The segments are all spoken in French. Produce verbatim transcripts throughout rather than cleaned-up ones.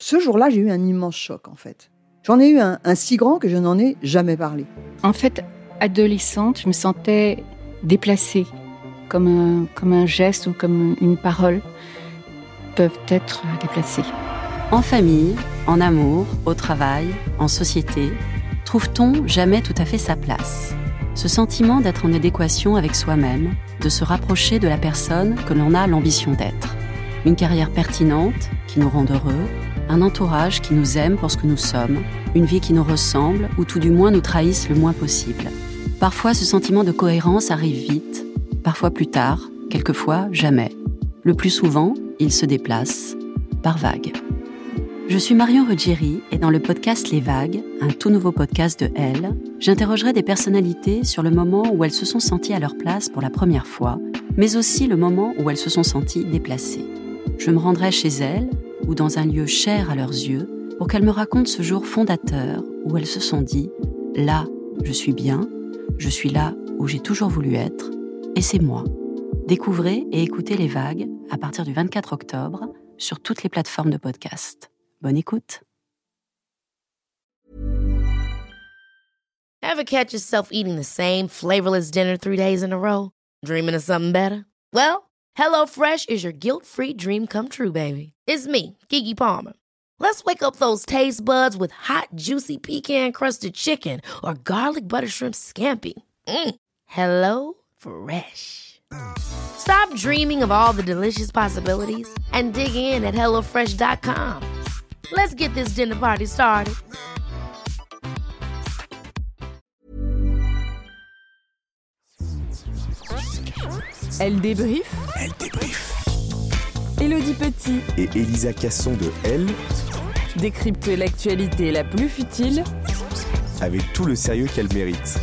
Ce jour-là, j'ai eu un immense choc, en fait. J'en ai eu un, un si grand que je n'en ai jamais parlé. En fait, adolescente, je me sentais déplacée, comme un, comme un geste ou comme une parole peuvent être déplacées. En famille, en amour, au travail, en société, trouve-t-on jamais tout à fait sa place ? Ce sentiment d'être en adéquation avec soi-même, de se rapprocher de la personne que l'on a l'ambition d'être. Une carrière pertinente qui nous rend heureux, un entourage qui nous aime pour ce que nous sommes, une vie qui nous ressemble ou tout du moins nous trahisse le moins possible. Parfois, ce sentiment de cohérence arrive vite, parfois plus tard, quelquefois jamais. Le plus souvent, il se déplace par vagues. Je suis Marion Ruggieri et dans le podcast Les Vagues, un tout nouveau podcast de Elle, j'interrogerai des personnalités sur le moment où elles se sont senties à leur place pour la première fois, mais aussi le moment où elles se sont senties déplacées. Je me rendrai chez elles ou dans un lieu cher à leurs yeux pour qu'elles me racontent ce jour fondateur où elles se sont dit « Là, je suis bien, je suis là où j'ai toujours voulu être, et c'est moi ». Découvrez et écoutez Les Vagues à partir du vingt-quatre octobre sur toutes les plateformes de podcast. Bonne écoute. Ever catch yourself eating the same flavorless dinner three days in a row? Dreaming of something better? Well, HelloFresh is your guilt-free dream come true, baby. It's me, Keke Palmer. Let's wake up those taste buds with hot, juicy pecan-crusted chicken or garlic butter shrimp scampi. Mm. Hello Fresh. Stop dreaming of all the delicious possibilities and dig in at hello fresh dot com. Let's get this dinner party started. Elle débrief. Elle débrief. Élodie Petit Et Elisa Casson de Elle décryptent l'actualité la plus futile avec tout le sérieux qu'elle mérite.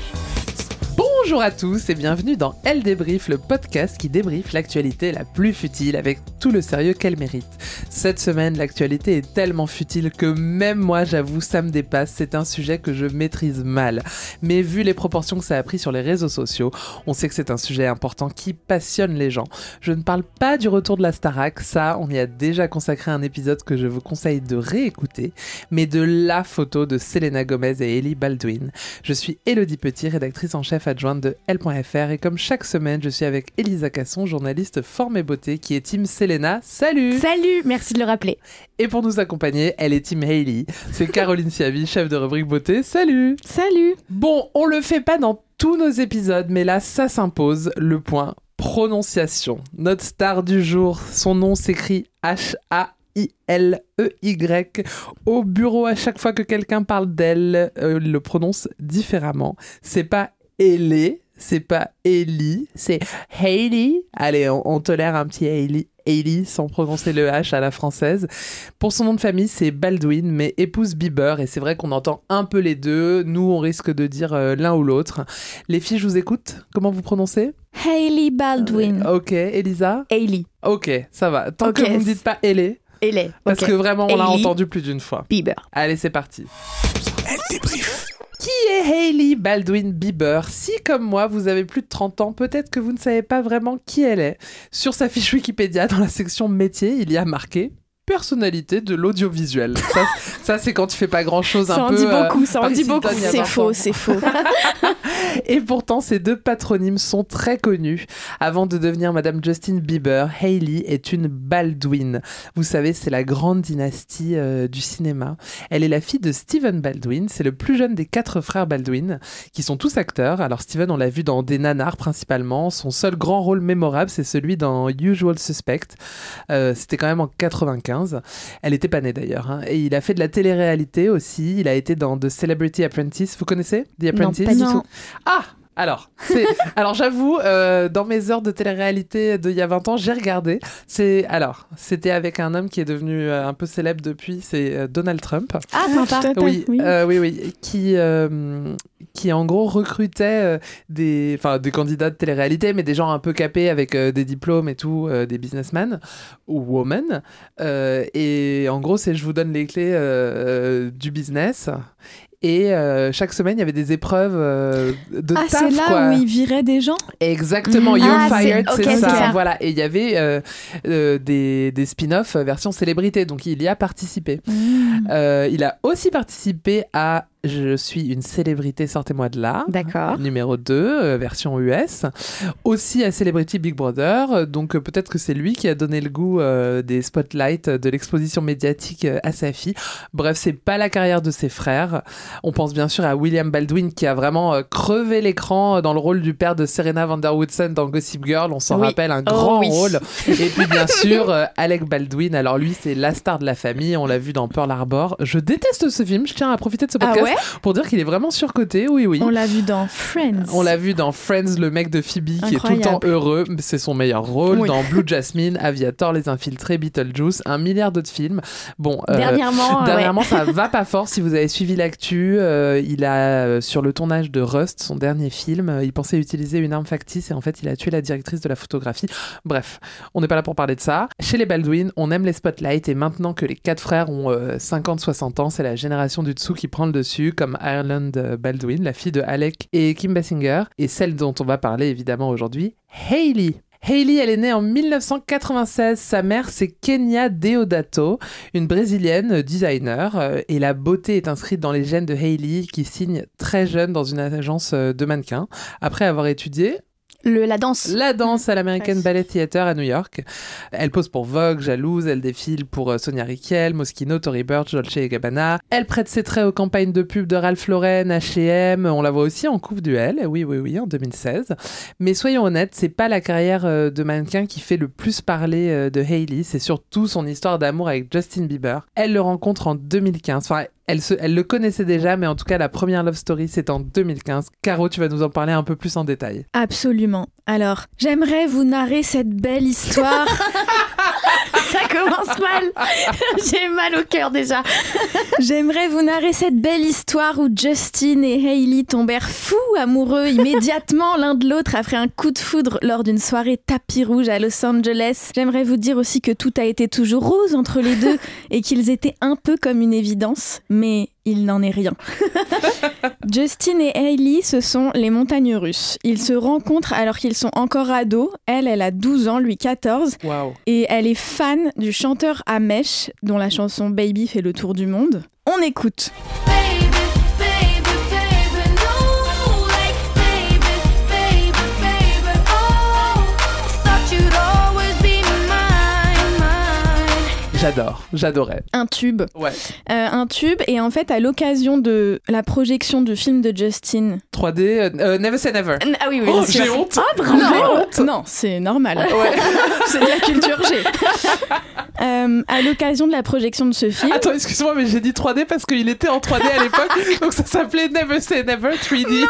Bonjour à tous et bienvenue dans Elle débrief, le podcast qui débriefe l'actualité la plus futile avec tout le sérieux qu'elle mérite. Cette semaine, l'actualité est tellement futile que même moi, j'avoue, ça me dépasse. C'est un sujet que je maîtrise mal. Mais vu les proportions que ça a pris sur les réseaux sociaux, on sait que c'est un sujet important qui passionne les gens. Je ne parle pas du retour de la Starac, ça, on y a déjà consacré un épisode que je vous conseille de réécouter, mais de la photo de Selena Gomez et Hailey Baldwin. Je suis Élodie Petit, rédactrice en chef adjointe de Elle point F R et comme chaque semaine, je suis avec Elisa Casson, journaliste forme et beauté qui est team Selena. Salut! Salut, merci de le rappeler. Et pour nous accompagner, elle est team Hailey. C'est Caroline Siavi, chef de rubrique beauté. Salut! Salut! Bon, on le fait pas dans tous nos épisodes, mais là, ça s'impose, le point prononciation. Notre star du jour, son nom s'écrit H A I L E Y. Au bureau, à chaque fois que quelqu'un parle d'elle, euh, il le prononce différemment. C'est pas Hailey, c'est pas Ellie, c'est Hailey. Allez, on, on tolère un petit Hailey, Hailey sans prononcer le H à la française. Pour son nom de famille, c'est Baldwin, mais épouse Bieber, et c'est vrai qu'on entend un peu les deux. Nous, on risque de dire euh, l'un ou l'autre. Les filles, je vous écoute. Comment vous prononcez ? Hailey Baldwin. Euh, ok, Elisa ? Hailey. Ok, ça va. Tant Okay. que vous ne dites pas Hailey. Hailey. Parce okay. que vraiment, on l'a Hailey entendu plus d'une fois. Bieber. Allez, c'est parti. Elle débrief. Qui est Hailey Baldwin Bieber ? Si, comme moi, vous avez plus de trente ans, peut-être que vous ne savez pas vraiment qui elle est. Sur sa fiche Wikipédia, dans la section métier, il y a marqué personnalité de l'audiovisuel. Ça, ça c'est quand tu fais pas grand-chose ça un peu... Ça en dit beaucoup, euh, ça en dit beaucoup. C'est faux, c'est faux. Et pourtant, ces deux patronymes sont très connus. Avant de devenir Madame Justin Bieber, Hailey est une Baldwin. Vous savez, c'est la grande dynastie euh, du cinéma. Elle est la fille de Steven Baldwin. C'est le plus jeune des quatre frères Baldwin, qui sont tous acteurs. Alors Steven, on l'a vu dans des nanars principalement. Son seul grand rôle mémorable, c'est celui dans Usual Suspect. Euh, c'était quand même en quatre-vingt-quinze. Elle était pas née d'ailleurs. Hein. Et il a fait de la télé-réalité aussi. Il a été dans The Celebrity Apprentice. Vous connaissez The Apprentice ? Non, pas du tout. Ah, alors, c'est... alors j'avoue, euh, dans mes heures de télé-réalité d'il y a vingt ans, j'ai regardé. C'est... Alors, c'était avec un homme qui est devenu euh, un peu célèbre depuis, c'est euh, Donald Trump. Ah, sympa. Oui, oui. Euh, oui, oui, qui, euh, qui en gros recrutait euh, des, enfin, des candidats de télé-réalité, mais des gens un peu capés avec euh, des diplômes et tout, euh, des businessmen ou women. Euh, et en gros, c'est je vous donne les clés euh, du business. et euh, chaque semaine il y avait des épreuves euh, de ah, taf. Ah, c'est là quoi. où ils viraient des gens ? Exactement, Mmh. You're Ah, Fired, c'est- c'est, ok, ça. c'est ça. Voilà, et il y avait euh, euh, des, des spin-offs euh, version célébrité, donc il y a participé. Mmh. Euh, il a aussi participé à Je suis une célébrité, sortez-moi de là. D'accord. Numéro deux, euh, version U S. Aussi à Celebrity Big Brother. Euh, Donc euh, peut-être que c'est lui qui a donné le goût euh, des spotlights, euh, de l'exposition médiatique euh, à sa fille. Bref, c'est pas la carrière de ses frères. On pense bien sûr à William Baldwin qui a vraiment euh, crevé l'écran euh, dans le rôle du père de Serena van der Woodsen dans Gossip Girl. On s'en Oui. rappelle, un Oh, grand oui. rôle. Et puis bien sûr, euh, Alec Baldwin. Alors lui, c'est la star de la famille. On l'a vu dans Pearl Harbor. Je déteste ce film. Je tiens à profiter de ce Ah podcast ouais ? pour dire qu'il est vraiment surcoté. Oui, oui. On l'a vu dans Friends. On l'a vu dans Friends, le mec de Phoebe qui est tout le temps Incroyable. heureux. C'est son meilleur rôle. Oui. Dans Blue Jasmine, Aviator, Les Infiltrés, Beetlejuice, un milliard d'autres films. Bon, euh, Dernièrement, dernièrement ouais. ça va pas fort. Si vous avez suivi l'actu, euh, il a, euh, sur le tournage de Rust, son dernier film, euh, il pensait utiliser une arme factice et en fait, il a tué la directrice de la photographie. Bref, on n'est pas là pour parler de ça. Chez les Baldwin, on aime les spotlights et maintenant que les quatre frères ont euh, cinquante soixante ans, c'est la génération du dessous qui prend le dessus, comme Ireland Baldwin, la fille de Alec et Kim Basinger, et celle dont on va parler évidemment aujourd'hui, Hailey. Hailey, elle est née en dix-neuf cent quatre-vingt-seize. Sa mère, c'est Kenya Deodato, une brésilienne designer. Euh, et la beauté est inscrite dans les gènes de Hailey, qui signe très jeune dans une agence euh, de mannequins. Après avoir étudié Le, la danse. la danse à l'American Ouais. Ballet Theatre à New York. Elle pose pour Vogue, Jalouse, elle défile pour euh, Sonia Rykiel, Moschino, Tory Burch, Dolce et Gabbana. Elle prête ses traits aux campagnes de pub de Ralph Lauren, H et M. On la voit aussi en couve duel, oui, oui, oui, en deux mille seize. Mais soyons honnêtes, c'est pas la carrière euh, de mannequin qui fait le plus parler euh, de Hailey, c'est surtout son histoire d'amour avec Justin Bieber. Elle le rencontre en deux mille quinze. Enfin, elle, se, elle le connaissait déjà, mais en tout cas, la première love story, c'est en deux mille quinze. Caro, tu vas nous en parler un peu plus en détail. Absolument. Alors, j'aimerais vous narrer cette belle histoire. Ça commence mal. J'ai mal au cœur déjà. J'aimerais vous narrer cette belle histoire où Justin et Hailey tombèrent fous amoureux immédiatement l'un de l'autre après un coup de foudre lors d'une soirée tapis rouge à Los Angeles. J'aimerais vous dire aussi que tout a été toujours rose entre les deux et qu'ils étaient un peu comme une évidence, mais il n'en est rien. Justin et Hailey, ce sont les montagnes russes. Ils se rencontrent alors qu'ils sont encore ados. Elle, elle a douze ans, lui quatorze. Waouh. Et elle est fan du chanteur Amesh, dont la chanson Baby fait le tour du monde. On écoute. J'adore, j'adorais. Un tube. Ouais. Euh, un tube. Et en fait, à l'occasion de la projection du film de Justin... trois D, euh, euh, Never Say Never. Ah oui, oui. Oh, c'est j'ai pas- honte. Ah, bravo. J'ai honte. Non, c'est normal. Ouais. C'est de la culture G. Euh, à l'occasion de la projection de ce film... Attends, excuse-moi, mais j'ai dit trois D parce qu'il était en trois D à l'époque, donc ça s'appelait Never Say Never trois D.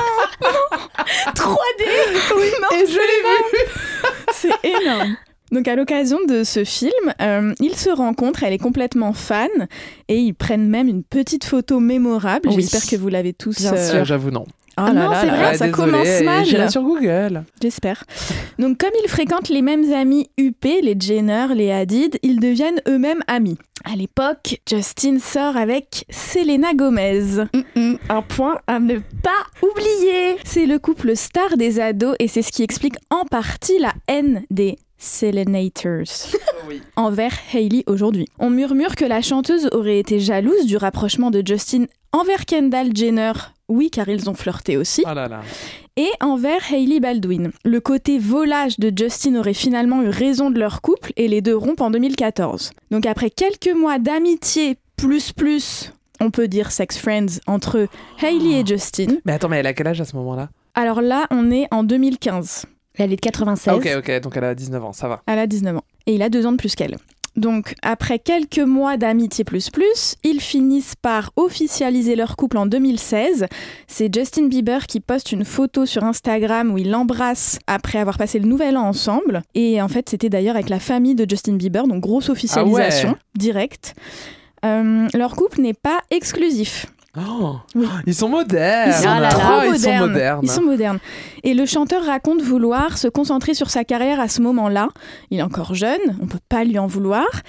trois D. Oui, non, Et je l'ai vu. c'est énorme. Donc à l'occasion de ce film, euh, ils se rencontrent, elle est complètement fan, et ils prennent même une petite photo mémorable. Oui. J'espère que vous l'avez tous... Bien euh, sûr. Ah, j'avoue, non. Ah non, c'est vrai, Ouais, ça désolé, commence mal. J'irai sur Google. J'espère. Donc comme ils fréquentent les mêmes amis huppés, les Jenner, les Hadid, ils deviennent eux-mêmes amis. À l'époque, Justin sort avec Selena Gomez. Mm-mm, un point à ne pas oublier. C'est le couple star des ados et c'est ce qui explique en partie la haine des Selenators Oui. envers Hailey aujourd'hui. On murmure que la chanteuse aurait été jalouse du rapprochement de Justin envers Kendall Jenner, oui car ils ont flirté aussi, Oh là là. et envers Hailey Baldwin. Le côté volage de Justin aurait finalement eu raison de leur couple et les deux rompent en deux mille quatorze. Donc après quelques mois d'amitié plus plus, on peut dire sex friends, entre Hailey et Justin. Mais attends, mais elle a quel âge à ce moment-là? Alors là, on est en deux mille quinze. Elle est de quatre-vingt-seize. Ok, ok, donc elle a dix-neuf ans, ça va. Elle a dix-neuf ans. Et il a deux ans de plus qu'elle. Donc, après quelques mois d'amitié plus plus, ils finissent par officialiser leur couple en deux mille seize. C'est Justin Bieber qui poste une photo sur Instagram où il l'embrasse après avoir passé le nouvel an ensemble. Et en fait, c'était d'ailleurs avec la famille de Justin Bieber, donc grosse officialisation, Ah ouais. directe. Euh, leur couple n'est pas exclusif. Oh, Oui. Ils sont modernes. Ils sont Ah là là. trop Oh, ils sont modernes. modernes. Ils sont modernes. Et le chanteur raconte vouloir se concentrer sur sa carrière à ce moment-là. Il est encore jeune, on peut pas lui en vouloir.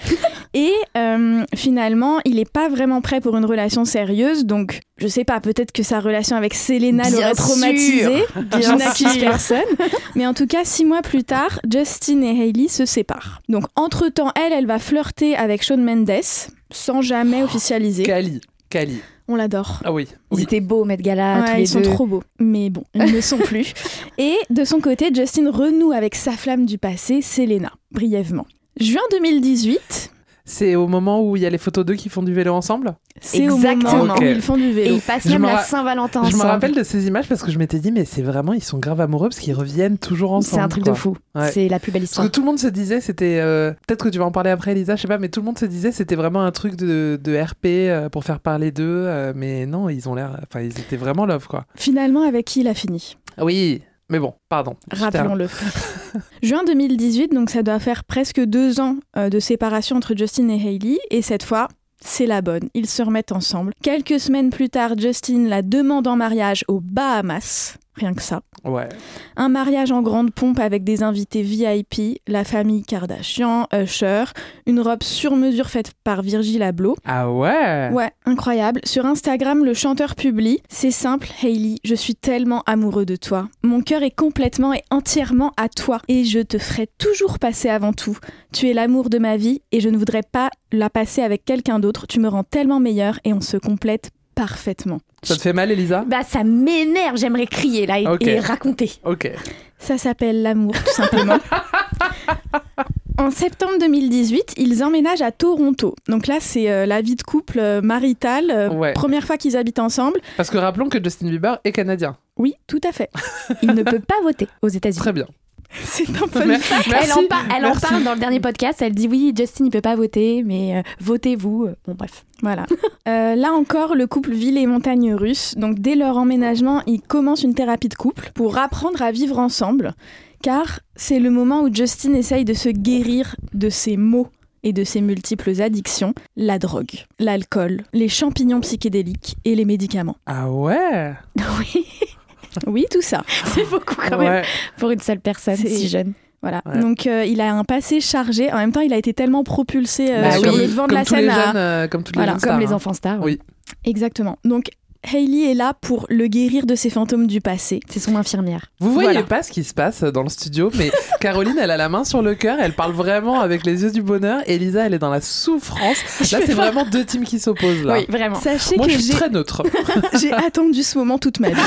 Et euh, finalement, il n'est pas vraiment prêt pour une relation sérieuse. Donc, je sais pas, peut-être que sa relation avec Selena Bien l'aurait traumatisé. Bien Je n'accuse sûr. personne. Mais en tout cas, six mois plus tard, Justin et Hailey se séparent. Donc, entre-temps, elle, elle va flirter avec Shawn Mendes sans jamais officialiser. Kali. Kali. On l'adore. Ah oui. Ils oui. étaient beaux, Met Gala, Ouais, tous les ils sont deux. trop beaux. Mais bon, ils ne sont plus. Et de son côté, Justin renoue avec sa flamme du passé, Selena, brièvement. Juin deux mille dix-huit, C'est au moment où il y a les photos d'eux qui font du vélo ensemble. c'est au Exactement. moment Ok. où ils font du Et vélo. ils passent Je même me la ra- Saint-Valentin Je ensemble. me rappelle de ces images parce que je m'étais dit, mais c'est vraiment, ils sont grave amoureux parce qu'ils reviennent toujours ensemble. C'est un truc quoi. de fou. Ouais. C'est la plus belle Parce histoire. que tout le monde se disait, c'était. euh, Peut-être que tu vas en parler après, Elisa, je sais pas, mais tout le monde se disait, c'était vraiment un truc de, de R P euh, pour faire parler d'eux. euh, mais non, ils ont l'air. Enfin, ils étaient vraiment love, quoi. Finalement, avec qui il a fini? Ah oui, mais bon, pardon. Rappelons-le. Juin deux mille dix-huit, donc ça doit faire presque deux ans euh, de séparation entre Justin et Hailey. Et cette fois, c'est la bonne. Ils se remettent ensemble. Quelques semaines plus tard, Justin la demande en mariage aux Bahamas. Rien que ça. Ouais. Un mariage en grande pompe avec des invités V I P, la famille Kardashian, Usher, une robe sur mesure faite par Virgil Abloh. Ah ouais. Ouais, incroyable. Sur Instagram, le chanteur publie « C'est simple, Hailey, je suis tellement amoureux de toi. Mon cœur est complètement et entièrement à toi. Et je te ferai toujours passer avant tout. Tu es l'amour de ma vie et je ne voudrais pas la passer avec quelqu'un d'autre. Tu me rends tellement meilleure et on se complète parfaitement. » Ça te fait mal, Elisa? Bah, ça m'énerve. J'aimerais crier là et, Ok. et raconter. Ok. Ça s'appelle l'amour, tout simplement. En septembre deux mille dix-huit, ils emménagent à Toronto. Donc là, c'est euh, la vie de couple euh, maritale. euh, Ouais. Première fois qu'ils habitent ensemble. Parce que rappelons que Justin Bieber est canadien. Oui, tout à fait. Il ne peut pas voter aux États-Unis. Très bien. C'est un fun Mer- fact. Merci. Elle, en, par- elle en Merci. parle dans le dernier podcast. Elle dit oui, Justin, il peut pas voter, mais euh, votez-vous. Euh, Bon, bref. Voilà. Euh, là encore, le couple vit les montagnes russes. Donc dès leur emménagement, ils commencent une thérapie de couple pour apprendre à vivre ensemble. Car c'est le moment où Justin essaye de se guérir de ses maux et de ses multiples addictions, la drogue, l'alcool, les champignons psychédéliques et les médicaments. Ah ouais. Oui, Oui, tout ça. c'est beaucoup quand même Ouais. pour une seule personne C'est- si jeune. Voilà. Ouais. Donc euh, il a un passé chargé. En même temps, il a été tellement propulsé euh, Bah sur oui. le devant de Comme la tous les scène. à- jeunes, euh, comme toutes les Voilà, jeunes Comme stars, les hein. enfants stars. Oui. Exactement. Donc Hailey est là pour le guérir de ses fantômes du passé. C'est son infirmière. Vous voyez Voilà. pas ce qui se passe dans le studio, mais Caroline, elle a la main sur le cœur, elle parle vraiment avec les yeux du bonheur. Elisa, elle est dans la souffrance. Là, c'est vraiment deux teams qui s'opposent là. Oui, vraiment. Sachez Moi, que je suis j'ai très neutre. j'ai attendu ce moment toute ma vie.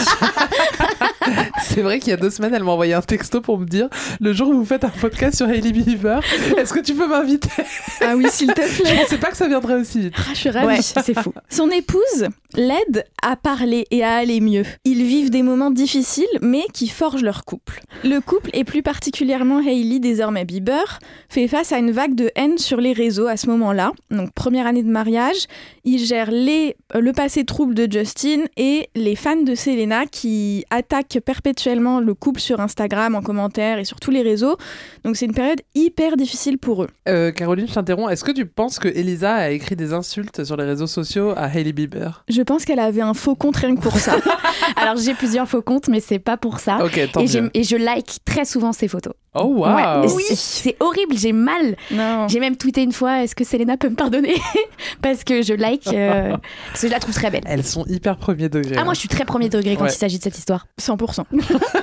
C'est vrai qu'il y a deux semaines, elle m'a envoyé un texto pour me dire le jour où vous faites un podcast sur Hailey Bieber, est-ce que tu peux m'inviter? Ah oui, s'il te Je plaît. pensais pas que ça viendrait aussi vite. Ah, je suis ravie. Ouais, c'est fou. Son épouse l'aide à parler et à aller mieux. Ils vivent des moments difficiles, mais qui forgent leur couple. Le couple, et plus particulièrement Hailey, désormais Bieber, fait face à une vague de haine sur les réseaux à ce moment-là. Donc, première année de mariage, il gère les, euh, le passé trouble de Justin et les fans de Selena qui attaquent perpétuellement le couple sur Instagram, en commentaire et sur tous les réseaux. Donc, c'est une période hyper difficile pour eux. Euh, Caroline, je t'interromps. Est-ce que tu penses que Elisa a écrit des insultes sur les réseaux sociaux à Hailey Bieber? Je pense qu'elle avait un faux compte rien que pour ça. Alors j'ai plusieurs faux comptes, mais c'est pas pour ça. Ok, tant Et, mieux. j'aime- et je like très souvent ces photos. Oh waouh. Ouais, c'est- c'est horrible, j'ai mal. Non. J'ai même tweeté une fois, est-ce que Selena peut me pardonner? Parce que je like, euh, parce que je la trouve très belle. Elles sont hyper premier degré. Ah, hein. moi je suis très premier degré quand Ouais. il s'agit de cette histoire. cent pour cent.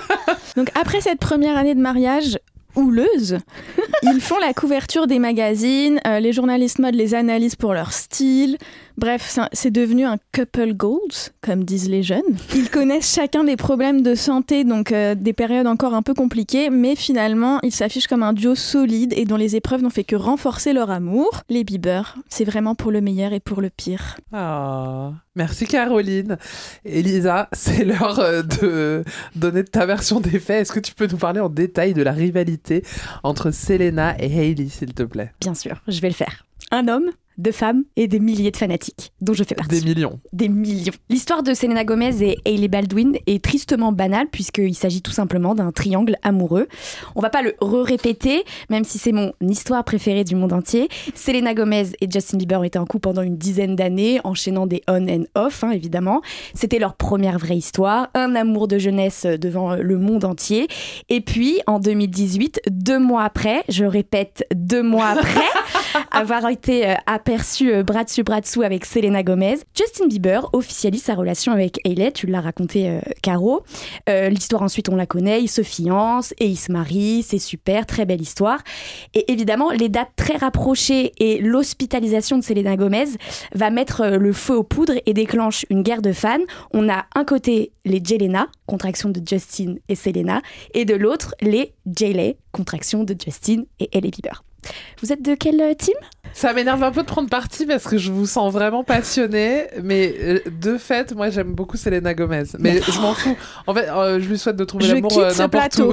Donc après cette première année de mariage houleuse, ils font la couverture des magazines, euh, les journalistes mode les analysent pour leur style. Bref, c'est un- c'est devenu un couple goals, comme disent les jeunes. Ils connaissent chacun des problèmes de santé, donc euh, des périodes encore un peu compliquées, mais finalement, ils s'affichent comme un duo solide et dont les épreuves n'ont fait que renforcer leur amour. Les Bieber, c'est vraiment pour le meilleur et pour le pire. Ah, merci Caroline. Elisa, c'est l'heure euh, de donner ta version des faits. Est-ce que tu peux nous parler en détail de la rivalité entre Selena et Hailey, s'il te plaît? Bien sûr, je vais le faire. Un homme, deux femmes et des milliers de fanatiques, dont je fais partie. Des millions. Des millions. L'histoire de Selena Gomez et Hailey Baldwin est tristement banale puisqu'il s'agit tout simplement d'un triangle amoureux. On va pas le re-répéter, même si c'est mon histoire préférée du monde entier. Selena Gomez et Justin Bieber étaient en couple pendant une dizaine d'années, enchaînant des on and off, hein, évidemment. C'était leur première vraie histoire, un amour de jeunesse devant le monde entier. Et puis, en deux mille dix-huit, deux mois après, je répète, deux mois après, avoir été euh, aperçu euh, bras dessus bras dessous avec Selena Gomez. Justin Bieber officialise sa relation avec Hailey, tu l'as raconté euh, Caro. Euh, l'histoire ensuite on la connaît, ils se fiancent et ils se marient, c'est super, très belle histoire. Et évidemment les dates très rapprochées et l'hospitalisation de Selena Gomez va mettre euh, le feu aux poudres et déclenche une guerre de fans. On a un côté les Jelena, contraction de Justin et Selena, et de l'autre les Jaylay, contraction de Justin et Hailey Bieber. Vous êtes de quel team ? Ça m'énerve un peu de prendre parti parce que je vous sens vraiment passionné, mais euh, de fait, moi j'aime beaucoup Selena Gomez. Mais je m'en fous. En fait, euh, je lui souhaite de trouver je l'amour quitte euh, ce n'importe plateau. où.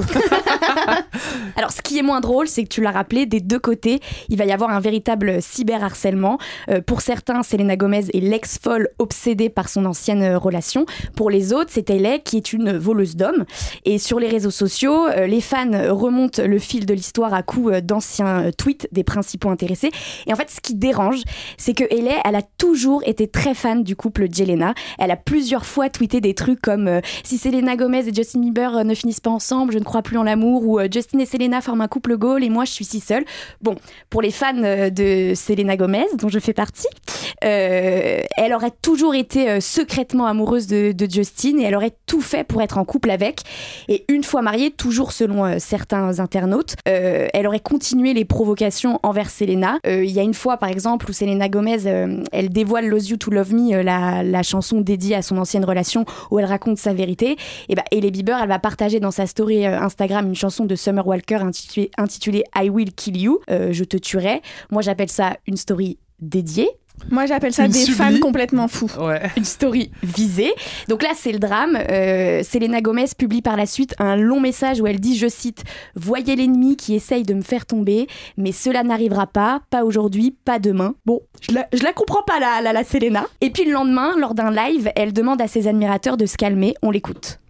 Alors, ce qui est moins drôle, c'est que tu l'as rappelé, des deux côtés, il va y avoir un véritable cyberharcèlement. Euh, pour certains, Selena Gomez est l'ex-folle obsédée par son ancienne euh, relation. Pour les autres, c'est Hailey qui est une voleuse d'hommes. Et sur les réseaux sociaux, euh, les fans remontent le fil de l'histoire à coups euh, d'anciens euh, tweets des principaux intéressés. Et en fait, ce qui dérange, c'est que Hailey, elle a toujours été très fan du couple Jelena. Elle a plusieurs fois tweeté des trucs comme euh, « Si Selena Gomez et Justin Bieber euh, ne finissent pas ensemble, je ne crois plus en l'amour » ou euh, « Justin et Selena forment un couple goal et moi, je suis si seule ». Bon, pour les fans euh, de Selena Gomez, dont je fais partie, euh, elle aurait toujours été euh, secrètement amoureuse de, de Justin et elle aurait tout fait pour être en couple avec. Et une fois mariée, toujours selon euh, certains internautes, euh, elle aurait continué les provocations envers Selena. Il euh, y a une fois, par exemple, où Selena Gomez, euh, elle dévoile Lose You to Love Me, euh, la, la chanson dédiée à son ancienne relation, où elle raconte sa vérité. Et bah, Hailey Bieber, elle va partager dans sa story euh, Instagram une chanson de Summer Walker intitulée, intitulée I Will Kill You, euh, je te tuerai. Moi, j'appelle ça une story dédiée. Moi, j'appelle ça Une des sublime. fans complètement fous. Ouais. Une story visée. Donc là, c'est le drame. Euh, Selena Gomez publie par la suite un long message où elle dit, je cite, « Voyez l'ennemi qui essaye de me faire tomber, mais cela n'arrivera pas, pas aujourd'hui, pas demain. » Bon, je la, je la comprends pas, la, la, la Selena. Et puis le lendemain, lors d'un live, elle demande à ses admirateurs de se calmer. On l'écoute.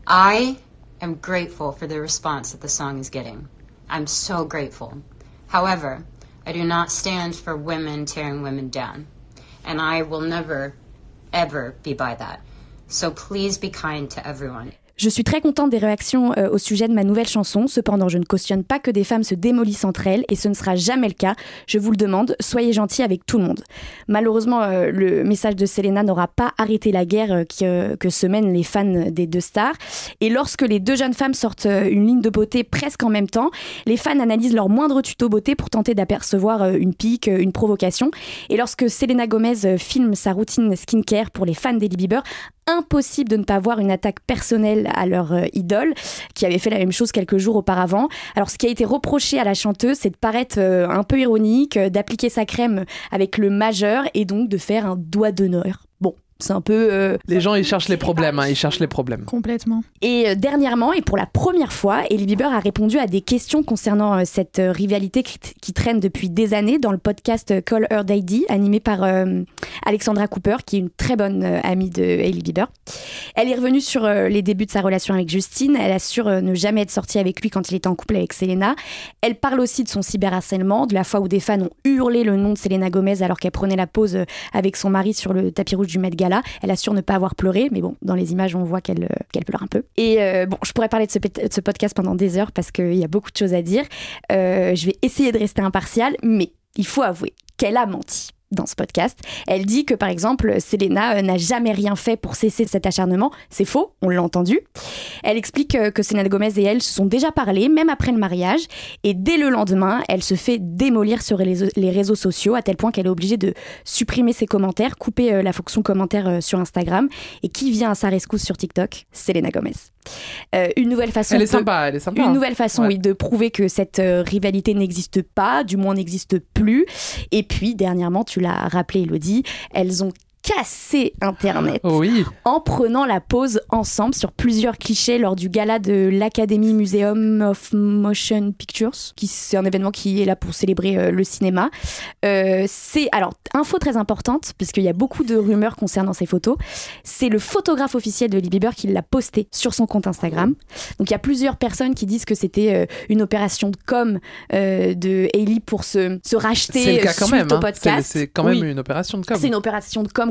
I am grateful for the response that the song is getting. I'm so grateful. However, I do not stand for women tearing women down. And I will never, ever be by that. So please be kind to everyone. Je suis très contente des réactions euh, au sujet de ma nouvelle chanson. Cependant, je ne cautionne pas que des femmes se démolissent entre elles et ce ne sera jamais le cas. Je vous le demande, soyez gentils avec tout le monde. Malheureusement, euh, le message de Selena n'aura pas arrêté la guerre euh, que, que se mènent les fans des deux stars. Et lorsque les deux jeunes femmes sortent euh, une ligne de beauté presque en même temps, les fans analysent leur moindre tuto beauté pour tenter d'apercevoir euh, une pique, euh, une provocation. Et lorsque Selena Gomez euh, filme sa routine skincare pour les fans d'Hailey Bieber, impossible de ne pas voir une attaque personnelle à leur euh, idole, qui avait fait la même chose quelques jours auparavant. Alors, ce qui a été reproché à la chanteuse, c'est de paraître euh, un peu ironique, euh, d'appliquer sa crème avec le majeur et donc de faire un doigt d'honneur. Bon, c'est un peu... Euh... Les gens, ils cherchent les problèmes, hein, ils cherchent les problèmes. Complètement. Et euh, dernièrement, et pour la première fois, Hailey Bieber a répondu à des questions concernant euh, cette euh, rivalité qui, qui traîne depuis des années dans le podcast euh, Call Her Daddy, animé par euh, Alexandra Cooper, qui est une très bonne euh, amie de Hailey Bieber. Elle est revenue sur euh, les débuts de sa relation avec Justin. Elle assure euh, ne jamais être sortie avec lui quand il était en couple avec Selena. Elle parle aussi de son cyberharcèlement, de la fois où des fans ont hurlé le nom de Selena Gomez alors qu'elle prenait la pause euh, avec son mari sur le tapis rouge du Met Gala. Elle assure ne pas avoir pleuré, mais bon, dans les images, on voit qu'elle, euh, qu'elle pleure un peu. Et euh, bon, je pourrais parler de ce, de ce podcast pendant des heures parce qu'il y a beaucoup de choses à dire. Euh, je vais essayer de rester impartiale, mais il faut avouer qu'elle a menti dans ce podcast. Elle dit que, par exemple, Selena euh, n'a jamais rien fait pour cesser cet acharnement. C'est faux, on l'a entendu. Elle explique euh, que Selena Gomez et elle se sont déjà parlé, même après le mariage. Et dès le lendemain, elle se fait démolir sur les, les réseaux sociaux, à tel point qu'elle est obligée de supprimer ses commentaires, couper euh, la fonction commentaire euh, sur Instagram. Et qui vient à sa rescousse sur TikTok ? Selena Gomez. Euh, une nouvelle façon Elle est de, sympa, elle est sympa. Une hein. nouvelle façon, Ouais. oui, de prouver que cette euh, rivalité n'existe pas, du moins n'existe plus. Et puis, dernièrement, tu l'as rappelé, Elodie, elles ont cassé Internet Oui. en prenant la pause ensemble sur plusieurs clichés lors du gala de l'Academy Museum of Motion Pictures, qui c'est un événement qui est là pour célébrer euh, le cinéma. Euh, c'est alors info très importante parce qu'il y a beaucoup de rumeurs concernant ces photos. C'est le photographe officiel de Hailey Bieber qui l'a posté sur son compte Instagram. Donc il y a plusieurs personnes qui disent que c'était euh, une opération de com euh, de Hailey pour se, se racheter C'est le cas quand suite même. au hein. podcast. C'est, c'est quand même Oui. une opération de com. C'est une opération de com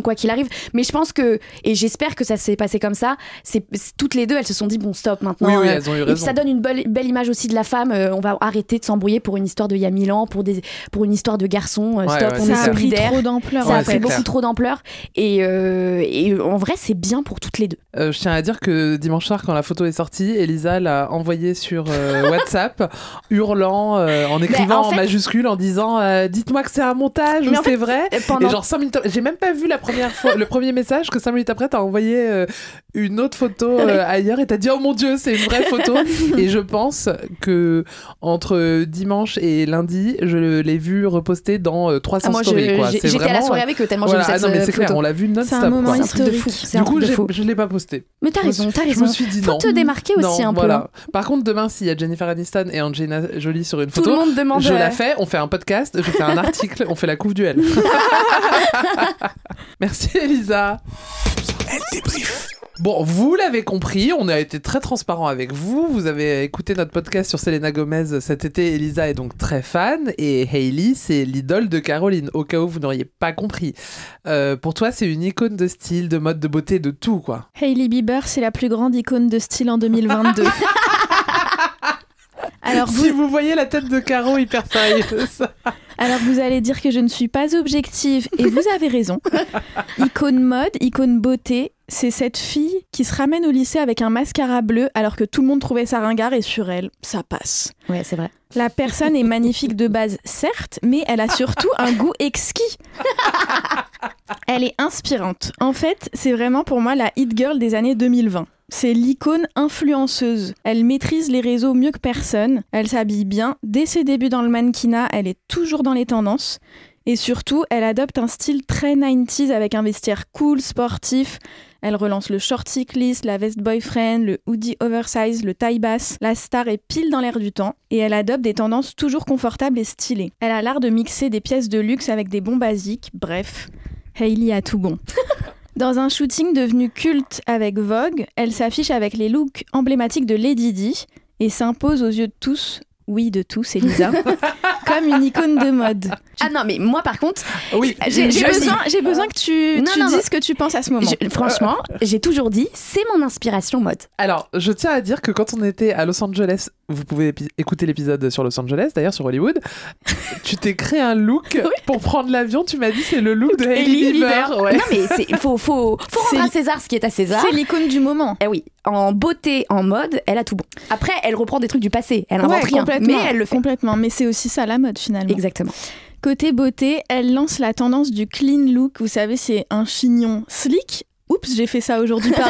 quoi qu'il arrive. Mais je pense que, et j'espère que ça s'est passé comme ça, c'est, c'est toutes les deux, elles se sont dit bon stop maintenant. Oui, oui, euh, elles ont eu et raison. puis ça donne une belle, belle image aussi de la femme. Euh, on va arrêter de s'embrouiller pour une histoire de il y a mille ans, pour, des, pour une histoire de garçon. Euh, Ouais, stop, ouais, on c'est est Ça a pris solidaires. trop d'ampleur. Ça Ouais, a en c'est pris fait. beaucoup clair. trop d'ampleur. Et, euh, et en vrai, c'est bien pour toutes les deux. Euh, je tiens à dire que dimanche soir, quand la photo est sortie, Elisa l'a envoyée sur euh, WhatsApp, hurlant, euh, en écrivant en en, fait- majuscule, en disant euh, dites-moi que c'est un montage Mais ou en c'est fait, vrai. euh, pendant- Et genre cinq minutes, j'ai même pas vu la première fois, le premier message que cinq minutes après, t'as envoyé euh, une autre photo euh, ailleurs et t'as dit oh mon dieu, c'est une vraie photo. Et je pense que entre dimanche et lundi, je l'ai vu reposter dans euh, trois cents Ah, moi, je- stories. Quoi. j'ai- C'est j'étais à la vraiment, soirée avec eux tellement voilà. j'ai vu Ah cette non, mais euh, c'est clair, photo. on l'a vu non-stop. C'est un moment quoi. C'est un truc de fou. historique. C'est Du un coup, truc de j'ai- fou. je l'ai pas posté. Mais t'as Je me raison, suis- t'as Je raison. me suis dit Faut non. te démarquer aussi Non, un voilà. Par contre, demain, s'il y a Jennifer Aniston et Angelina Jolie sur une peu. Tout photo, le monde demande. je euh, la fais, on fait un podcast, je fais un article, on fait la couve duel. Merci Elisa. Elle débrief. Bon, vous l'avez compris, on a été très transparent avec vous. Vous avez écouté notre podcast sur Selena Gomez cet été. Elisa est donc très fan et Hailey, c'est l'idole de Caroline, au cas où vous n'auriez pas compris. Euh, pour toi, c'est une icône de style, de mode, de beauté, de tout, quoi. Hailey Bieber, c'est la plus grande icône de style en deux mille vingt-deux. Alors Si vous, vous voyez la tête de Caro hyper sérieuse. alors vous allez dire que je ne suis pas objective et vous avez raison. Icône mode, icône beauté, c'est cette fille qui se ramène au lycée avec un mascara bleu alors que tout le monde trouvait ça ringard et sur elle, ça passe. Ouais, c'est vrai. La personne est magnifique de base, certes, mais elle a surtout un goût exquis. Elle est inspirante. En fait, c'est vraiment pour moi la hit girl des années deux mille vingt. C'est l'icône influenceuse. Elle maîtrise les réseaux mieux que personne. Elle s'habille bien. Dès ses débuts dans le mannequinat, elle est toujours dans les tendances. Et surtout, elle adopte un style très nineties avec un vestiaire cool, sportif. Elle relance le short cycliste, la veste boyfriend, le hoodie oversize, le taille basse. La star est pile dans l'air du temps et elle adopte des tendances toujours confortables et stylées. Elle a l'art de mixer des pièces de luxe avec des bons basiques. Bref, Hailey a tout bon. Dans un shooting devenu culte avec Vogue, elle s'affiche avec les looks emblématiques de Lady Di et s'impose aux yeux de tous, oui de tous, Elisa, comme une icône de mode. Ah non, mais moi par contre, Oui. J'ai, j'ai Je- besoin, j'ai besoin que tu, Non, tu non, dises non. ce que tu penses à ce moment. je- franchement, j'ai toujours dit, c'est mon inspiration mode. Alors, je tiens à dire que quand on était à Los Angeles, vous pouvez épi- écouter l'épisode sur Los Angeles, d'ailleurs sur Hollywood, tu t'es créé un look pour prendre l'avion, tu m'as dit c'est le look de Hailey Hailey Bieber. Ouais. Non mais il faut, faut, faut C'est- rendre à César ce qui est à César. C'est l'icône du moment. Eh oui, en beauté, en mode, elle a tout bon. Après, elle reprend des trucs du passé, elle invente Ouais, rien, complètement, mais elle le fait. Complètement, mais c'est aussi ça la mode finalement. Exactement. Côté beauté, elle lance la tendance du clean look. Vous savez, c'est un chignon slick. Oups, j'ai fait ça aujourd'hui par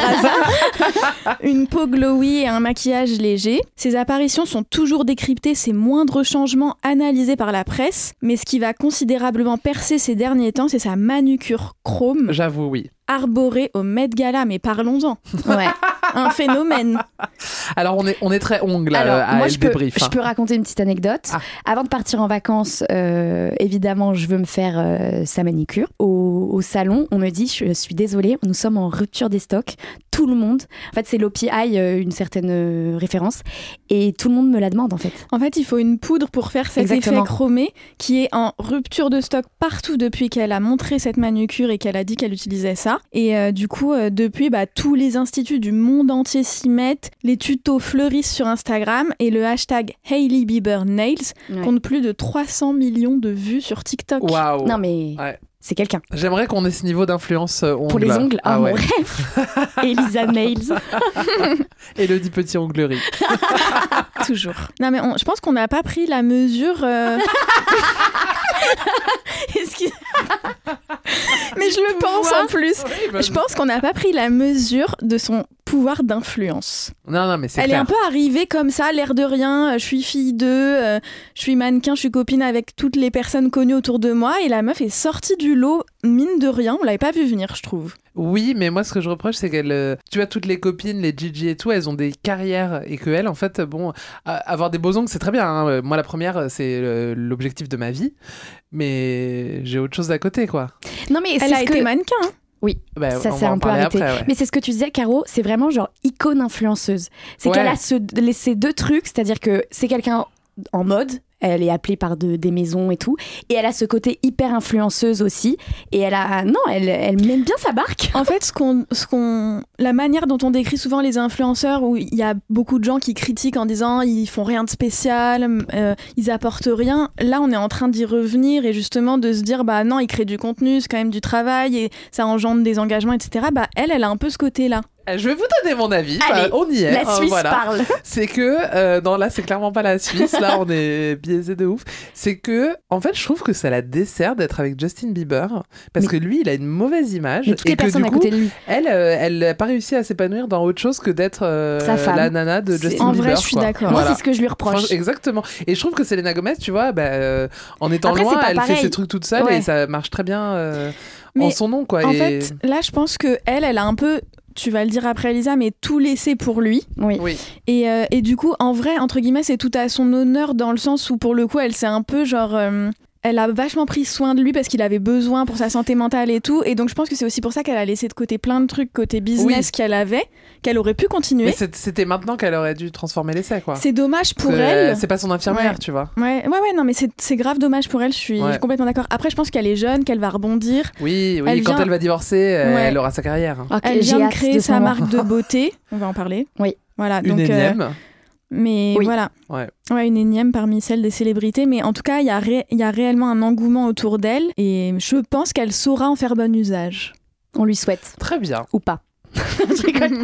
hasard. Une peau glowy et un maquillage léger. Ses apparitions sont toujours décryptées, ses moindres changements analysés par la presse. Mais ce qui va considérablement percer ces derniers temps, c'est sa manucure chrome J'avoue, oui. arborée au Met Gala. Mais parlons-en. Ouais. Un phénomène. Alors, on est, on est très ongle Alors, à moi, Elle je peux, débrief. je hein. peux raconter une petite anecdote. Ah. Avant de partir en vacances, euh, évidemment, je veux me faire euh, sa manicure. Au, au salon, on me dit, je suis désolée, nous sommes en rupture des stocks. Tout le monde, en fait, c'est l'O P I, euh, une certaine euh, référence, et tout le monde me la demande, en fait. En fait, il faut une poudre pour faire cet Exactement. effet chromé qui est en rupture de stock partout depuis qu'elle a montré cette manucure et qu'elle a dit qu'elle utilisait ça. Et euh, du coup, euh, depuis, bah, tous les instituts du monde entier s'y mettent, les tutos fleurissent sur Instagram et le hashtag Hailey Bieber Nails Ouais. compte plus de trois cents millions de vues sur TikTok. Waouh. Non, mais Ouais. c'est quelqu'un. J'aimerais qu'on ait ce niveau d'influence euh, ongle. Pour les ongles, ah oh, ouais. mon rêve. Elisa Nails. Elodie Petit Onglerie. Toujours. Non mais on- je pense qu'on n'a pas pris la mesure... euh, Excuse- mais je le pense en plus. Oui, bah, Je pense qu'on n'a pas pris la mesure de son pouvoir d'influence. Non, non, mais c'est Elle clair. est un peu arrivée comme ça, l'air de rien, euh, je suis fille d'eux, euh, je suis mannequin, je suis copine avec toutes les personnes connues autour de moi, et la meuf est sortie du lot, mine de rien, on l'avait pas vu venir, je trouve. Oui, mais moi, ce que je reproche, c'est qu'elle... euh, Tu vois, toutes les copines, les Gigi et tout, elles ont des carrières et qu'elles, en fait, bon, euh, avoir des beaux ongles, c'est très bien. Hein. Moi, la première, c'est euh, l'objectif de ma vie. Mais j'ai autre chose à côté, quoi. Non, mais Elle c'est a ce été que... mannequin. hein. Oui, Bah, ça on s'est va en un peu parler arrêté. après, ouais. Mais c'est ce que tu disais, Caro, c'est vraiment genre icône influenceuse. C'est Ouais. qu'elle a ce, les- ces deux trucs, c'est-à-dire que c'est quelqu'un en mode, Elle est appelée par de, des maisons et tout. Et elle a ce côté hyper influenceuse aussi. Et elle a... Non, elle, elle mène bien sa barque. En fait, ce qu'on, ce qu'on, la manière dont on décrit souvent les influenceurs, où il y a beaucoup de gens qui critiquent en disant ils font rien de spécial, euh, ils apportent rien. Là, on est en train d'y revenir et justement de se dire bah non, ils créent du contenu, c'est quand même du travail et ça engendre des engagements, et cetera. Bah elle, elle a un peu ce côté-là. Je vais vous donner mon avis. Allez, enfin, on y est. la Suisse hein, voilà. parle. C'est que euh, non là c'est clairement pas la Suisse. Là on est biaisé de ouf. C'est que en fait je trouve que ça la dessert d'être avec Justin Bieber parce mais... que lui il a une mauvaise image mais toutes et les que personnes du à coup côté de lui. elle euh, elle a pas réussi à s'épanouir dans autre chose que d'être euh, sa femme. La nana de c'est... Justin en Bieber. En vrai je suis quoi. d'accord. Voilà. Moi c'est ce que je lui reproche. Exactement. Et je trouve que Selena Gomez tu vois bah, euh, en étant Après, loin elle pareil. fait ses trucs toute seule ouais. et ça marche très bien euh, mais en son nom quoi. En et... fait là je pense que elle elle a un peu tu vas le dire après Elisa, mais tout laissé pour lui. Oui. oui. Et, euh, et du coup, en vrai, entre guillemets, c'est tout à son honneur dans le sens où, pour le coup, elle s'est un peu genre... Euh, elle a vachement pris soin de lui parce qu'il avait besoin pour sa santé mentale et tout. Et donc, je pense que c'est aussi pour ça qu'elle a laissé de côté plein de trucs côté business oui. qu'elle avait, qu'elle aurait pu continuer. Mais c'était maintenant qu'elle aurait dû transformer l'essai, quoi. C'est dommage pour c'est, elle. C'est pas son infirmière, ouais. tu vois. Ouais, ouais, ouais, non, mais c'est, c'est grave dommage pour elle. Je suis ouais. complètement d'accord. Après, je pense qu'elle est jeune, qu'elle va rebondir. Oui, oui. Elle quand vient... elle va divorcer, ouais. elle aura sa carrière. Okay, elle vient de créer de sa marque de beauté. On va en parler. Oui. Voilà. Une donc, énième. Euh... Mais oui. voilà, ouais. ouais, une énième parmi celles des célébrités. Mais en tout cas, il y, ré- y a réellement un engouement autour d'elle. Et je pense qu'elle saura en faire bon usage. On lui souhaite. Très bien. Ou pas. Je rigole.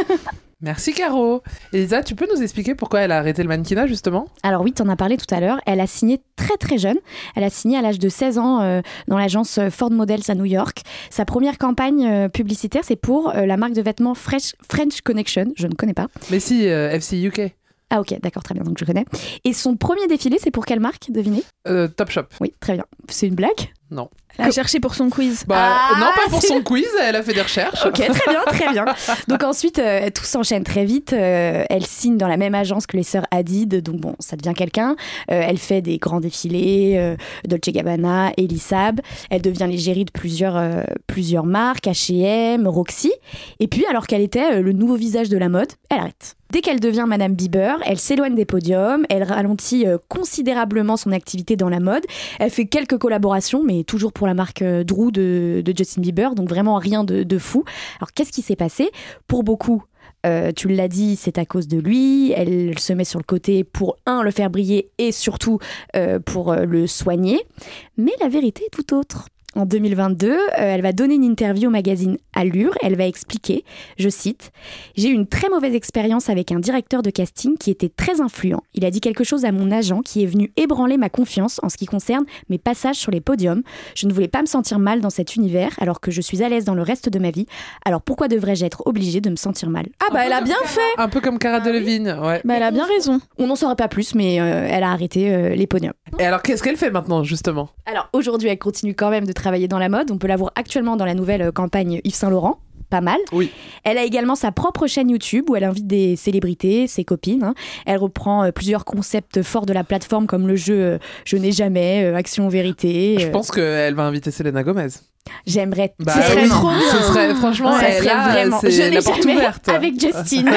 Merci Caro. Elisa, tu peux nous expliquer pourquoi elle a arrêté le mannequinat justement ? Alors oui, tu en as parlé tout à l'heure. Elle a signé très très jeune. Elle a signé à l'âge de seize ans euh, dans l'agence Ford Models à New York. Sa première campagne euh, publicitaire, c'est pour euh, la marque de vêtements Fresh, French Connection. Je ne connais pas. Mais si, euh, F C U K. Ah ok, d'accord, très bien, donc je connais. Et son premier défilé, c'est pour quelle marque, devinez ? euh, Topshop. Oui, très bien. C'est une blague ? Non. Elle a cherché pour son quiz. Bah, ah, non, pas pour son quiz, elle a fait des recherches. Ok, très bien, très bien. Donc ensuite, euh, tout s'enchaîne très vite. Euh, elle signe dans la même agence que les sœurs Hadid, donc bon, ça devient quelqu'un. Euh, elle fait des grands défilés, euh, Dolce Gabbana, Elisab. Elle devient l'égérie de plusieurs, euh, plusieurs marques, H et M, Roxy. Et puis, alors qu'elle était euh, le nouveau visage de la mode, elle arrête. Dès qu'elle devient Madame Bieber, elle s'éloigne des podiums, elle ralentit euh, considérablement son activité dans la mode. Elle fait quelques collaborations, mais toujours pour la marque euh, Drew de, de Justin Bieber, donc vraiment rien de, de fou. Alors qu'est-ce qui s'est passé ? Pour beaucoup, euh, tu l'as dit, c'est à cause de lui. Elle se met sur le côté pour, un, le faire briller et surtout euh, pour euh, le soigner. Mais la vérité est tout autre. En deux mille vingt-deux, euh, elle va donner une interview au magazine Allure. Elle va expliquer, je cite, « J'ai eu une très mauvaise expérience avec un directeur de casting qui était très influent. Il a dit quelque chose à mon agent qui est venu ébranler ma confiance en ce qui concerne mes passages sur les podiums. Je ne voulais pas me sentir mal dans cet univers alors que je suis à l'aise dans le reste de ma vie. Alors pourquoi devrais-je être obligée de me sentir mal ?» Ah bah elle a bien fait. Un peu comme Cara Delevingne, ouais. Bah elle a bien raison. On n'en saurait pas plus, mais euh, elle a arrêté euh, les podiums. Et alors qu'est-ce qu'elle fait maintenant, justement ? Alors aujourd'hui, elle continue quand même de travailler dans la mode. On peut la voir actuellement dans la nouvelle campagne Yves Saint Laurent. Pas mal. Oui. Elle a également sa propre chaîne YouTube où elle invite des célébrités, ses copines. Hein. Elle reprend euh, plusieurs concepts forts de la plateforme comme le jeu euh, Je n'ai jamais, euh, Action Vérité. Euh... Je pense qu'elle va inviter Selena Gomez. J'aimerais. Bah, ce serait oui. trop bien. Ce serait, franchement, ça elle, serait là, vraiment. C'est Je la n'ai porte jamais ouverte. avec Justine.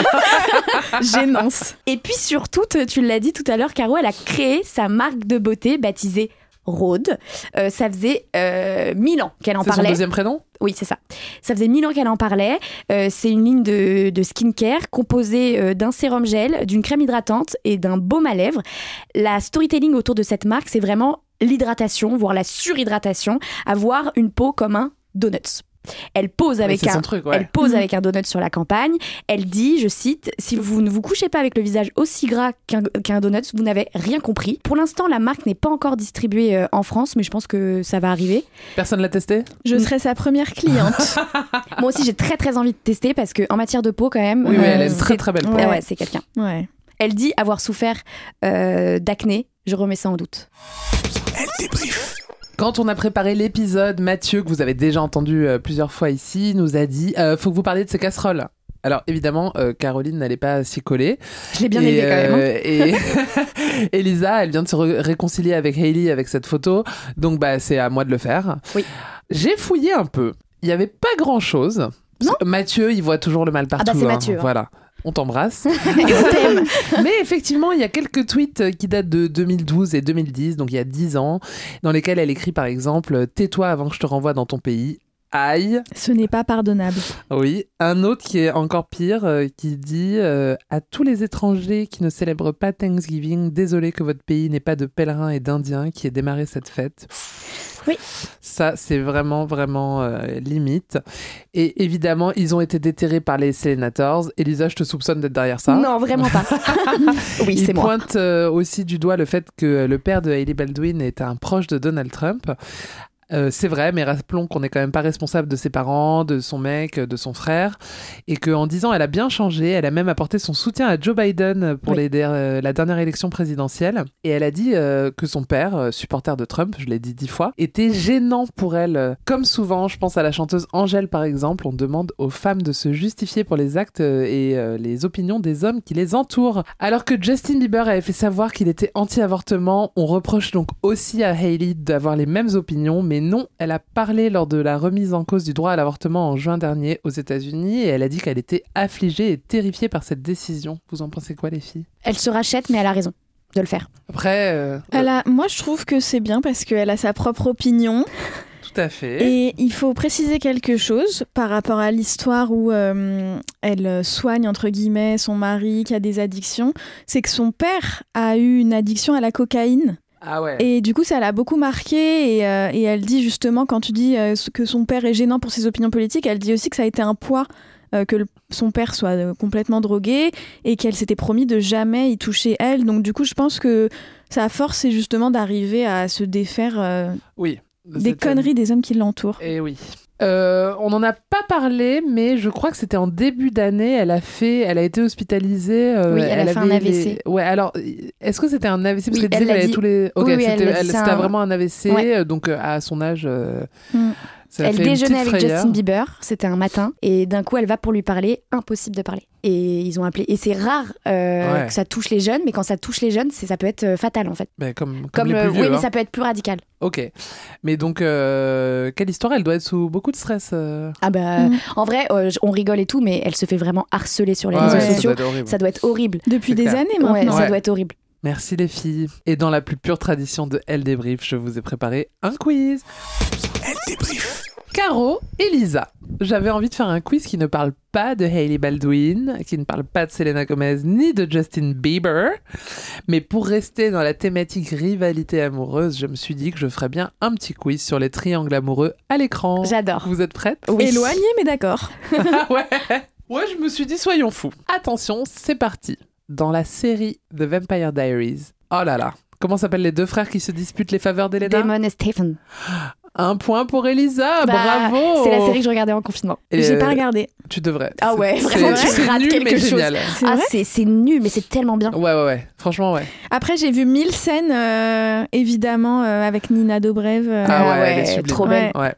Gênance. Et puis surtout, tu l'as dit tout à l'heure, Caro, elle a créé sa marque de beauté baptisée Rhode. Euh, ça faisait euh, mille ans qu'elle en c'est parlait. C'est son deuxième prénom ? Oui, c'est ça. Ça faisait mille ans qu'elle en parlait. Euh, c'est une ligne de, de skincare composée euh, d'un sérum gel, d'une crème hydratante et d'un baume à lèvres. La storytelling autour de cette marque, c'est vraiment l'hydratation, voire la surhydratation, avoir une peau comme un donut. Elle pose avec un, truc, ouais. elle pose mmh. avec un donut sur la campagne. Elle dit, je cite, si vous ne vous couchez pas avec le visage aussi gras qu'un, qu'un donut, vous n'avez rien compris. Pour l'instant, la marque n'est pas encore distribuée euh, en France, mais je pense que ça va arriver. Personne l'a testé ? Je serai sa première cliente. Moi aussi, j'ai très très envie de tester parce que en matière de peau, quand même, oui, euh, oui, elle a une c'est... très très belle peau. Ouais, ouais, c'est quelqu'un. Ouais. Elle dit avoir souffert euh, d'acné. Je remets ça en doute. Elle débrief. Quand on a préparé l'épisode, Mathieu, que vous avez déjà entendu euh, plusieurs fois ici, nous a dit euh, faut que vous parliez de ces casseroles. Alors évidemment, euh, Caroline n'allait pas s'y coller. Je l'ai bien et, élevé quand même. Hein. Et Elisa, elle vient de se ré- réconcilier avec Hailey avec cette photo, donc bah c'est à moi de le faire. Oui. J'ai fouillé un peu. Il y avait pas grand chose. Non. Mathieu, il voit toujours le mal partout. Ah bah c'est hein, Mathieu. Hein. Voilà. on t'embrasse. Et on t'aime. Mais effectivement, il y a quelques tweets qui datent de deux mille douze et deux mille dix, donc il y a dix ans, dans lesquels elle écrit par exemple « Tais-toi avant que je te renvoie dans ton pays ». Aïe. Ce n'est pas pardonnable. Oui. Un autre qui est encore pire, euh, qui dit euh, à tous les étrangers qui ne célèbrent pas Thanksgiving, désolé que votre pays n'ait pas de pèlerins et d'indiens qui aient démarré cette fête. Oui. Ça, c'est vraiment, vraiment euh, limite. Et évidemment, ils ont été déterrés par les Senators. Elisa, je te soupçonne d'être derrière ça. Non, vraiment pas. Oui, Il c'est moi. pointe euh, aussi du doigt le fait que le père de Hailey Baldwin est un proche de Donald Trump. Euh, c'est vrai, mais rappelons qu'on n'est quand même pas responsable de ses parents, de son mec, de son frère, et qu'en dix ans, elle a bien changé. Elle a même apporté son soutien à Joe Biden pour Oui. les der- euh, la dernière élection présidentielle. Et elle a dit euh, que son père, euh, supporter de Trump, je l'ai dit dix fois, était gênant pour elle. Comme souvent, je pense à la chanteuse Angèle par exemple, on demande aux femmes de se justifier pour les actes euh, et euh, les opinions des hommes qui les entourent. Alors que Justin Bieber avait fait savoir qu'il était anti-avortement, on reproche donc aussi à Hailey d'avoir les mêmes opinions, mais non, elle a parlé lors de la remise en cause du droit à l'avortement en juin dernier aux États-Unis et elle a dit qu'elle était affligée et terrifiée par cette décision. Vous en pensez quoi, les filles ? Elle se rachète, mais elle a raison de le faire. Après, euh, Elle a... Moi, je trouve que c'est bien parce qu'elle a sa propre opinion. tout à fait. Et il faut préciser quelque chose par rapport à l'histoire où euh, elle soigne, entre guillemets, son mari qui a des addictions. C'est que son père a eu une addiction à la cocaïne. Ah ouais. Et du coup, ça l'a beaucoup marqué. Et, euh, et elle dit justement, quand tu dis euh, que son père est gênant pour ses opinions politiques, elle dit aussi que ça a été un poids euh, que le, son père soit euh, complètement drogué et qu'elle s'était promis de jamais y toucher elle. Donc du coup, je pense que sa force, c'est justement d'arriver à se défaire euh, Oui. des C'était- conneries des hommes qui l'entourent. Eh oui. Euh, on n'en a pas parlé, mais je crois que c'était en début d'année. Elle a fait, elle a été hospitalisée. euh, Oui, elle a fait avait un A V C. les- Ouais. Alors, est-ce que c'était un A V C parce Oui, qu'elle disait elle l'a qu'elle avait dit. tous les. Ok, Oui, oui, elle c'était, l'a dit, elle- c'est c'était un- vraiment un A V C. Ouais. euh, Donc euh, à son âge. euh, Mm. ça l'a Elle fait une déjeunait petite avec frayeur. Justin Bieber, c'était un matin, et d'un coup elle va pour lui parler, impossible de parler. Et ils ont appelé. Et c'est rare euh, Ouais. que ça touche les jeunes, mais quand ça touche les jeunes, c'est, ça peut être euh, fatal en fait. Mais comme, comme, Comme les euh, plus vieux. oui, mais hein. ça peut être plus radical. Ok. Mais donc, euh, quelle histoire ? Elle doit être sous beaucoup de stress. euh. Ah bah, Mm. en vrai, euh, on rigole et tout, mais elle se fait vraiment harceler sur les Ouais, réseaux ouais, ça sociaux. doit être horrible. Ça doit être horrible. Depuis C'est des clair. années Ouais, maintenant. ça Ouais. doit être horrible. Merci les filles. Et dans la plus pure tradition de Elle débrief, je vous ai préparé un quiz. Elle débrief. Caro et Lisa, j'avais envie de faire un quiz qui ne parle pas de Hailey Baldwin, qui ne parle pas de Selena Gomez ni de Justin Bieber. Mais pour rester dans la thématique rivalité amoureuse, je me suis dit que je ferais bien un petit quiz sur les triangles amoureux à l'écran. J'adore. Vous êtes prêtes ? Oui. Éloigné, mais d'accord. Ouais. Ouais, je me suis dit soyons fous. Attention, c'est parti. Dans la série The Vampire Diaries, oh là là, comment s'appellent les deux frères qui se disputent les faveurs d'Elena ? Damon et Stephen. Un point pour Elisa, Bah, bravo. C'est la série que je regardais en confinement. Et, J'ai euh, pas regardé. Tu devrais. Ah C'est- ouais, c'est- vraiment, tu c'est rates nul, quelque mais chose. génial. C'est Ah, vrai c'est, c'est nul, mais c'est tellement bien. Ouais, ouais, ouais. Franchement, ouais. Après, j'ai vu mille scènes, euh, évidemment, euh, avec Nina Dobrev. euh, Ah, Ah ouais, ouais, elle est sublime. trop belle. Ouais.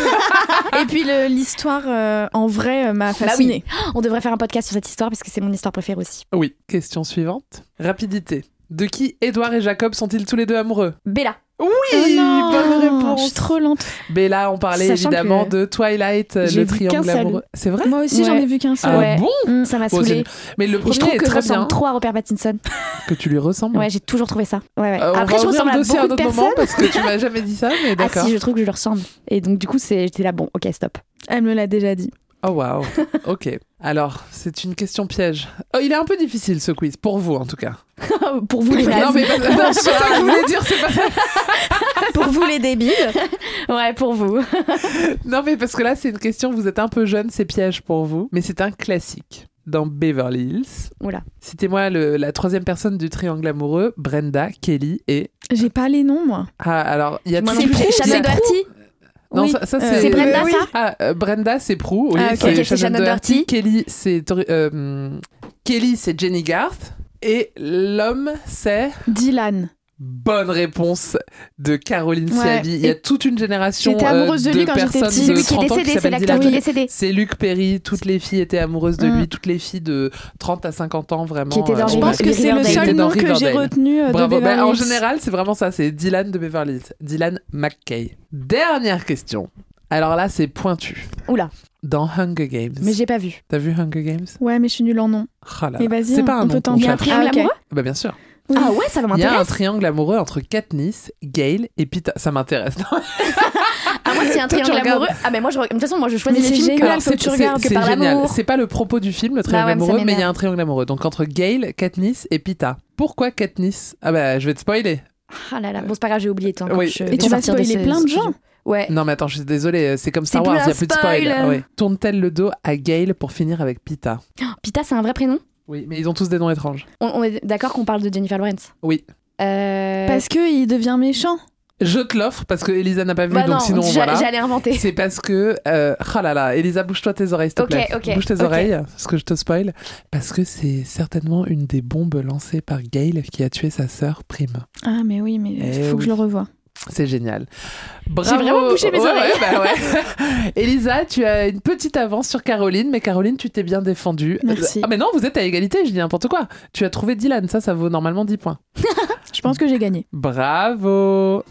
Et puis le- l'histoire, euh, en vrai, euh, m'a fascinée. On devrait faire un podcast sur cette histoire parce que c'est mon histoire préférée aussi. Oui. Question suivante. Rapidité. De qui Édouard et Jacob sont-ils tous les deux amoureux ? Bella. Oui, Oh non, bonne réponse. Je suis trop lente. Bella, on parlait Sachant évidemment que de Twilight, euh, j'ai le vu triangle qu'un seul. amoureux. C'est vrai ? Moi aussi, Ouais. j'en ai vu qu'un seul. Ah Ouais. bon ? Mm, ça m'a Bon, saoulée. c'est- Mais le Et je premier trouve est que je très bien. ressemble trop à Robert Pattinson. Que tu lui ressembles. Ouais, j'ai toujours trouvé ça. Ouais, ouais. Euh, on Après, va je ouvrir ressemble le à dossier à un beaucoup de autre moment personnes. parce que tu m'as jamais dit ça, mais Ah d'accord. si, je trouve que je lui ressemble. Et donc, du coup, c'est... j'étais là, bon, ok, stop. Elle me l'a déjà dit. Oh waouh. Ok. Alors, c'est une question piège. Oh, il est un peu difficile ce quiz, pour vous en tout cas. Pour vous, les nazes. Non, mais pas- non, c'est ça que je voulais dire, c'est pas ça. Pour vous, les débiles. Ouais, pour vous. Non, mais parce que là, c'est une question, vous êtes un peu jeune, c'est piège pour vous, mais c'est un classique. Dans Beverly Hills, Oula. citez-moi le- la troisième personne du triangle amoureux, Brenda, Kelly et... J'ai pas les noms, moi. Ah, alors, il y a Moi tout- non plus, il y a- Shannon Doherty. Non, Oui. ça, ça, Euh, c'est... C'est Brenda, oui. ça Ah, euh, Brenda, c'est Prue. Oui, Ah, ok. c'est Ok, c'est Shannon Doherty. Kelly, c'est... Tori- euh, Kelly, c'est Jenny Garth. Et l'homme, c'est... Dylan. Bonne réponse de Caroline Ouais. Siabi. Il y a Et toute une génération j'étais amoureuse de euh, lui de quand j'étais personnes petite. de C'est lui qui est trente ans qui décédé, c'est s'appellent l'acteur Dylan. qui est décédé. C'est Luc Perry. Toutes les filles étaient amoureuses de Mm. lui. Toutes les filles de trente à cinquante ans, vraiment. Qui étaient dans euh, Je Riverdale. pense que c'est le Riverdale. seul Était dans nom que j'ai Riverdale. retenu euh, de Bravo. Beverly Bah, en Hills. général, c'est vraiment ça. C'est Dylan de Beverly Hills. Dylan McKay. Dernière question. Alors là, c'est pointu. Oula. dans Hunger Games. Mais j'ai pas vu. T'as vu Hunger Games? Ouais, mais je suis nulle en nom. Oh là Mais là. vas-y, C'est on- pas un on nom peut qu'on tenter. Il y a un cherche. triangle Ah, ok. amoureux? Bah bien sûr. Oui. Ah ouais, ça Il y a un m'intéresse. triangle amoureux entre Katniss, Gale et Pita. Ça m'intéresse. Non, Ah moi, c'est un Toi, tu triangle regardes. amoureux. Ah mais moi, je... de toute façon, moi, je choisis Mais les c'est films que- génial, que, faut que tu tu regardes, que c'est par génial. l'amour. C'est pas le propos du film, le triangle Bah ouais, mais ça amoureux, mais il y a m'énerve. un triangle amoureux. Donc entre Gale, Katniss et Pita. Pourquoi Katniss? Ah bah je vais te spoiler. Ah là là, bon c'est pas grave, j'ai oublié. Toi, Oui. je Et vais tu vas sortir de spoiler ce- plein de ce gens. studio. Ouais. Non mais attends, je suis désolée, c'est comme Star C'est Wars, plus il n'y a un plus de spoil. spoil. Ah ouais. Tourne-t-elle le dos à Gale pour finir avec Pita? Pita, c'est un vrai prénom? Oui, mais ils ont tous des noms étranges. On, on est d'accord qu'on parle de Jennifer Lawrence? Oui. Euh... Parce qu'il devient méchant. Je te l'offre parce que Elisa n'a pas vu, Bah donc non, sinon j'a- voilà. j'allais inventer. C'est parce que... Euh... Oh là là, Elisa, bouge-toi tes oreilles, s'il te Ok, plaît. ok, Bouge tes ok. oreilles, parce que je te spoil. Parce que c'est certainement une des bombes lancées par Gale qui a tué sa sœur Prime. Ah, mais oui, mais il Eh faut que oui. je le revoie. C'est génial. Bravo. vraiment bouché mes Ouais, oreilles. ouais, bah ouais. Elisa, tu as une petite avance sur Caroline, mais Caroline, tu t'es bien défendue. Merci. Ah mais non, vous êtes à égalité, je dis n'importe quoi. Tu as trouvé Dylan, ça, ça vaut normalement dix points. Je pense que j'ai gagné. Bravo.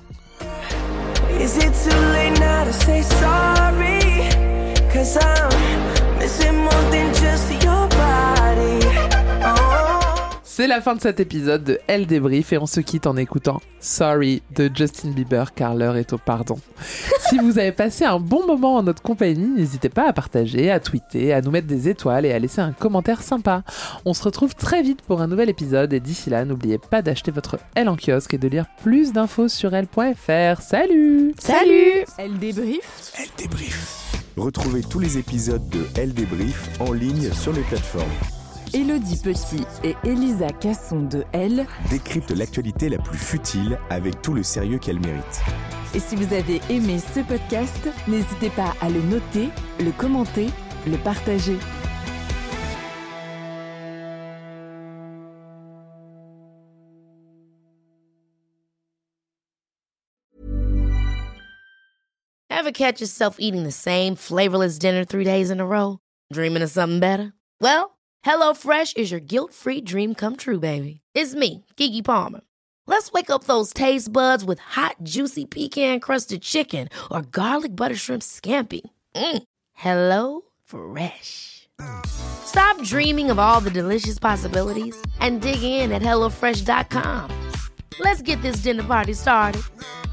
Is it too late now to say sorry? Cause I'm missing more than just your body. Oh. C'est la fin de cet épisode de Elle débrief et on se quitte en écoutant Sorry de Justin Bieber car l'heure est au pardon. Si vous avez passé un bon moment en notre compagnie, n'hésitez pas à partager, à tweeter, à nous mettre des étoiles et à laisser un commentaire sympa. On se retrouve très vite pour un nouvel épisode et d'ici là, n'oubliez pas d'acheter votre Elle en kiosque et de lire plus d'infos sur elle point f r. Salut! Salut! Elle débrief. Elle débrief. Retrouvez tous les épisodes de Elle débrief en ligne sur les plateformes. Élodie Petit et Elisa Casson de Elle. Décrypte l'actualité la plus futile avec tout le sérieux qu'elle mérite. Et si vous avez aimé ce podcast, n'hésitez pas à le noter, le commenter, le partager. Ever catch yourself eating the same flavorless dinner three days in a row? Dreaming of something better? Well, HelloFresh is your guilt-free dream come true, baby. It's me, Keke Palmer. Let's wake up those taste buds with hot, juicy pecan-crusted chicken or garlic butter shrimp scampi. Mm. Hello Fresh. Stop dreaming of all the delicious possibilities and dig in at hello fresh dot com. Let's get this dinner party started.